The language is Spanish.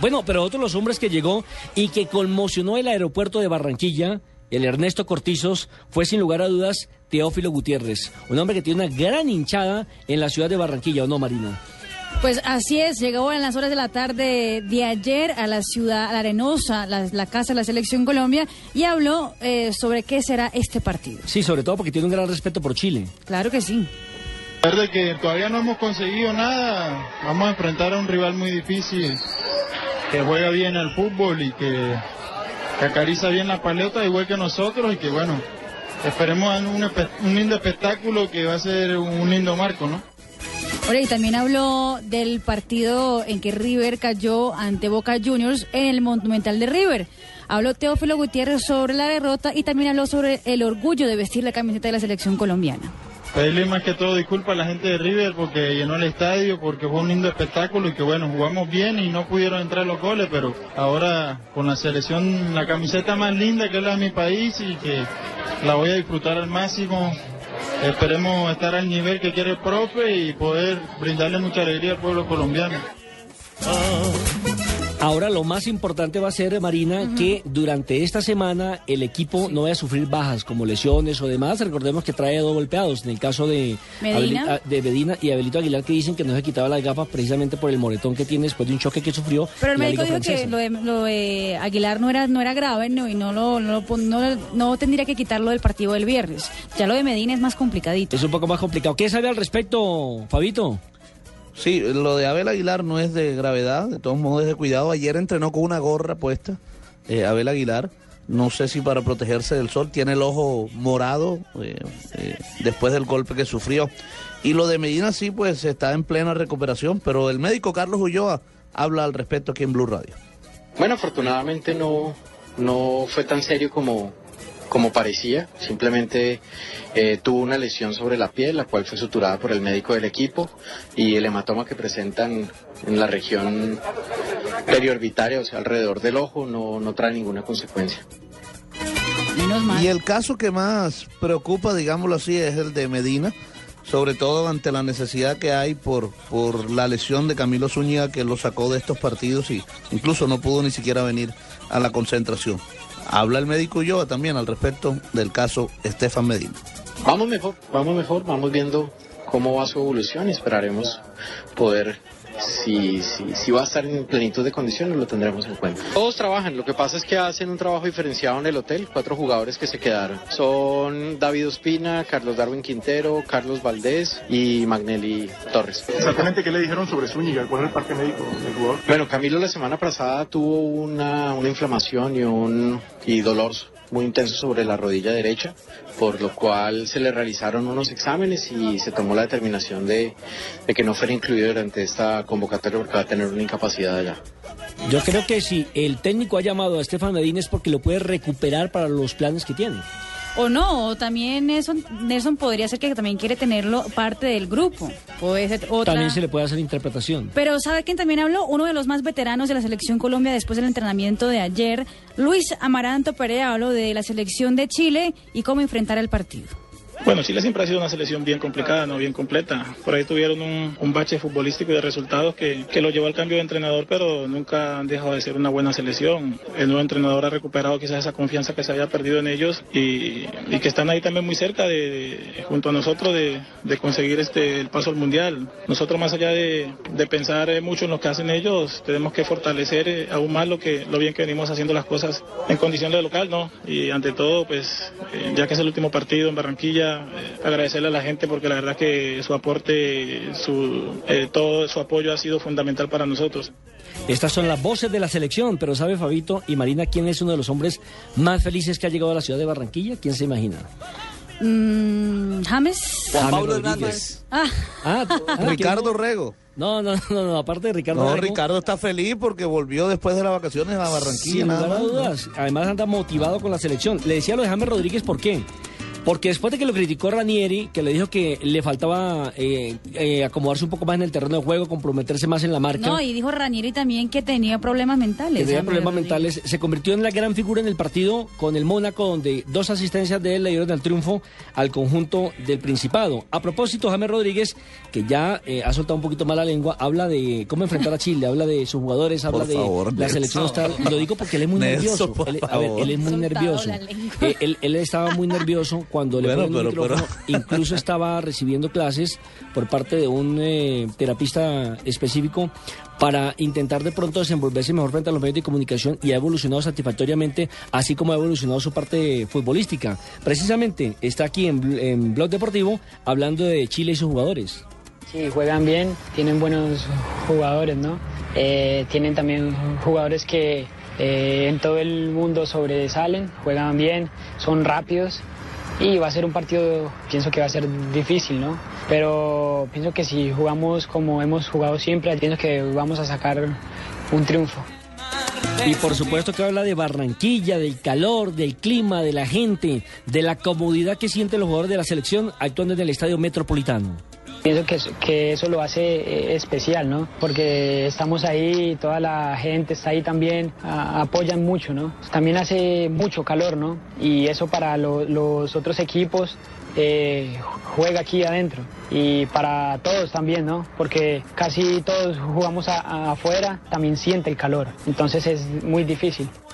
Bueno, pero otro de los hombres que llegó y que conmocionó el aeropuerto de Barranquilla, el Ernesto Cortizos, fue sin lugar a dudas Teófilo Gutiérrez, un hombre que tiene una gran hinchada en la ciudad de Barranquilla, ¿o no, Marina? Pues así es, llegó en las horas de la tarde de ayer a la ciudad, a la Arenosa, la casa de la Selección Colombia, y habló sobre qué será este partido. Sí, sobre todo porque tiene un gran respeto por Chile. Claro que sí. A pesar de que todavía no hemos conseguido nada, vamos a enfrentar a un rival muy difícil, que juega bien al fútbol y que acaricia bien la paleta igual que nosotros, y que bueno, esperemos un lindo espectáculo que va a ser un lindo marco, ¿no? Oye, y también habló del partido en que River cayó ante Boca Juniors en el Monumental de River. Habló Teófilo Gutiérrez sobre la derrota y también habló sobre el orgullo de vestir la camiseta de la selección colombiana. Pedirle más que todo disculpas a la gente de River porque llenó el estadio, porque fue un lindo espectáculo y que bueno, jugamos bien y no pudieron entrar los goles, pero ahora con la selección, la camiseta más linda que es la de mi país y que la voy a disfrutar al máximo. Esperemos estar al nivel que quiere el profe y poder brindarle mucha alegría al pueblo colombiano. Ahora lo más importante va a ser, Marina, que durante esta semana el equipo no vaya a sufrir bajas como lesiones o demás. Recordemos que trae 2 golpeados. En el caso de Medina y Abelito Aguilar, que dicen que no se quitaba las gafas precisamente por el moretón que tiene después de un choque que sufrió. Pero el médico dijo que lo de Aguilar no era grave, ¿no? Y no tendría que quitarlo del partido del viernes. Ya lo de Medina es más complicadito. Es un poco más complicado. ¿Qué sabe al respecto, Fabito? Sí, lo de Abel Aguilar no es de gravedad, de todos modos es de cuidado. Ayer entrenó con una gorra puesta, Abel Aguilar, no sé si para protegerse del sol, tiene el ojo morado después del golpe que sufrió. Y lo de Medina sí, pues está en plena recuperación, pero el médico Carlos Ulloa habla al respecto aquí en Blue Radio. Bueno, afortunadamente no fue tan serio como parecía, simplemente tuvo una lesión sobre la piel, la cual fue suturada por el médico del equipo, y el hematoma que presentan en la región periorbitaria, o sea, alrededor del ojo, no trae ninguna consecuencia. Menos mal. Y el caso que más preocupa, digámoslo así, es el de Medina, sobre todo ante la necesidad que hay por la lesión de Camilo Zúñiga, que lo sacó de estos partidos y incluso no pudo ni siquiera venir a la concentración. Habla el médico Ulloa también al respecto del caso Estefan Medina. Vamos mejor, vamos viendo cómo va su evolución y esperaremos poder, si va a estar en plenitud de condiciones, lo tendremos en cuenta. Todos trabajan, lo que pasa es que hacen un trabajo diferenciado en el hotel. 4 jugadores que se quedaron son David Ospina, Carlos Darwin Quintero, Carlos Valdés y Magnelli Torres. Exactamente, ¿qué le dijeron sobre Zúñiga? ¿Cuál es el parte médico del jugador? Bueno, Camilo la semana pasada tuvo una inflamación y dolor muy intenso sobre la rodilla derecha, por lo cual se le realizaron unos exámenes y se tomó la determinación de que no fuera incluido durante esta convocatoria porque va a tener una incapacidad allá. Yo creo que si el técnico ha llamado a Estefan Medina es porque lo puede recuperar para los planes que tiene. O no, o también Nelson podría ser que también quiere tenerlo parte del grupo. Puede ser otra. También se le puede hacer interpretación. Pero ¿sabe quién también habló? Uno de los más veteranos de la Selección Colombia después del entrenamiento de ayer, Luis Amaranto Perea, habló de la Selección de Chile y cómo enfrentar el partido. Bueno, Chile siempre ha sido una selección bien complicada, no bien completa. Por ahí tuvieron un bache futbolístico y de resultados que lo llevó al cambio de entrenador, pero nunca han dejado de ser una buena selección. El nuevo entrenador ha recuperado quizás esa confianza que se había perdido en ellos y que están ahí también muy cerca junto a nosotros de conseguir el paso al Mundial. Nosotros, más allá de pensar mucho en lo que hacen ellos, tenemos que fortalecer aún más lo bien que venimos haciendo las cosas en condición de local, ¿no? Y ante todo, pues, ya que es el último partido en Barranquilla, agradecerle a la gente porque la verdad que su aporte, todo su apoyo ha sido fundamental para nosotros. Estas son las voces de la selección, pero ¿sabe, Fabito y Marina, quién es uno de los hombres más felices que ha llegado a la ciudad de Barranquilla? ¿Quién se imagina? James. Juan Pablo Hernández. Ricardo Rego. No, aparte de Ricardo Rego. No, Ricardo está feliz porque volvió después de las vacaciones a Barranquilla. Sin lugar a dudas. Además anda motivado con la selección. Le decía lo de James Rodríguez, ¿por qué? Porque después de que lo criticó Ranieri, que le dijo que le faltaba acomodarse un poco más en el terreno de juego, comprometerse más en la marca. No, y dijo Ranieri también que tenía problemas mentales. Que tenía problemas mentales. Se convirtió en la gran figura en el partido con el Mónaco, donde 2 asistencias de él le dieron el triunfo al conjunto del Principado. A propósito, James Rodríguez, que ya ha soltado un poquito más la lengua, habla de cómo enfrentar a Chile, habla de sus jugadores, habla de la selección austral. Lo digo porque él es muy nervioso. Él es muy nervioso. Él estaba muy nervioso cuando le ponen el micrófono. Incluso estaba recibiendo clases por parte de un terapista específico para intentar de pronto desenvolverse mejor frente a los medios de comunicación, y ha evolucionado satisfactoriamente, así como ha evolucionado su parte futbolística. Precisamente está aquí en Blog Deportivo hablando de Chile y sus jugadores. Sí, juegan bien, tienen buenos jugadores, ¿no? Tienen también jugadores que en todo el mundo sobresalen, juegan bien, son rápidos. Y va a ser un partido, pienso que va a ser difícil, ¿no? Pero pienso que si jugamos como hemos jugado siempre, pienso que vamos a sacar un triunfo. Y por supuesto que habla de Barranquilla, del calor, del clima, de la gente, de la comodidad que sienten los jugadores de la selección actuando en el Estadio Metropolitano. Pienso que eso lo hace especial, ¿no? Porque estamos ahí, toda la gente está ahí también, apoyan mucho, ¿no? También hace mucho calor, ¿no? Y eso para los otros equipos juega aquí adentro. Y para todos también, ¿no? Porque casi todos jugamos afuera, también siente el calor. Entonces es muy difícil.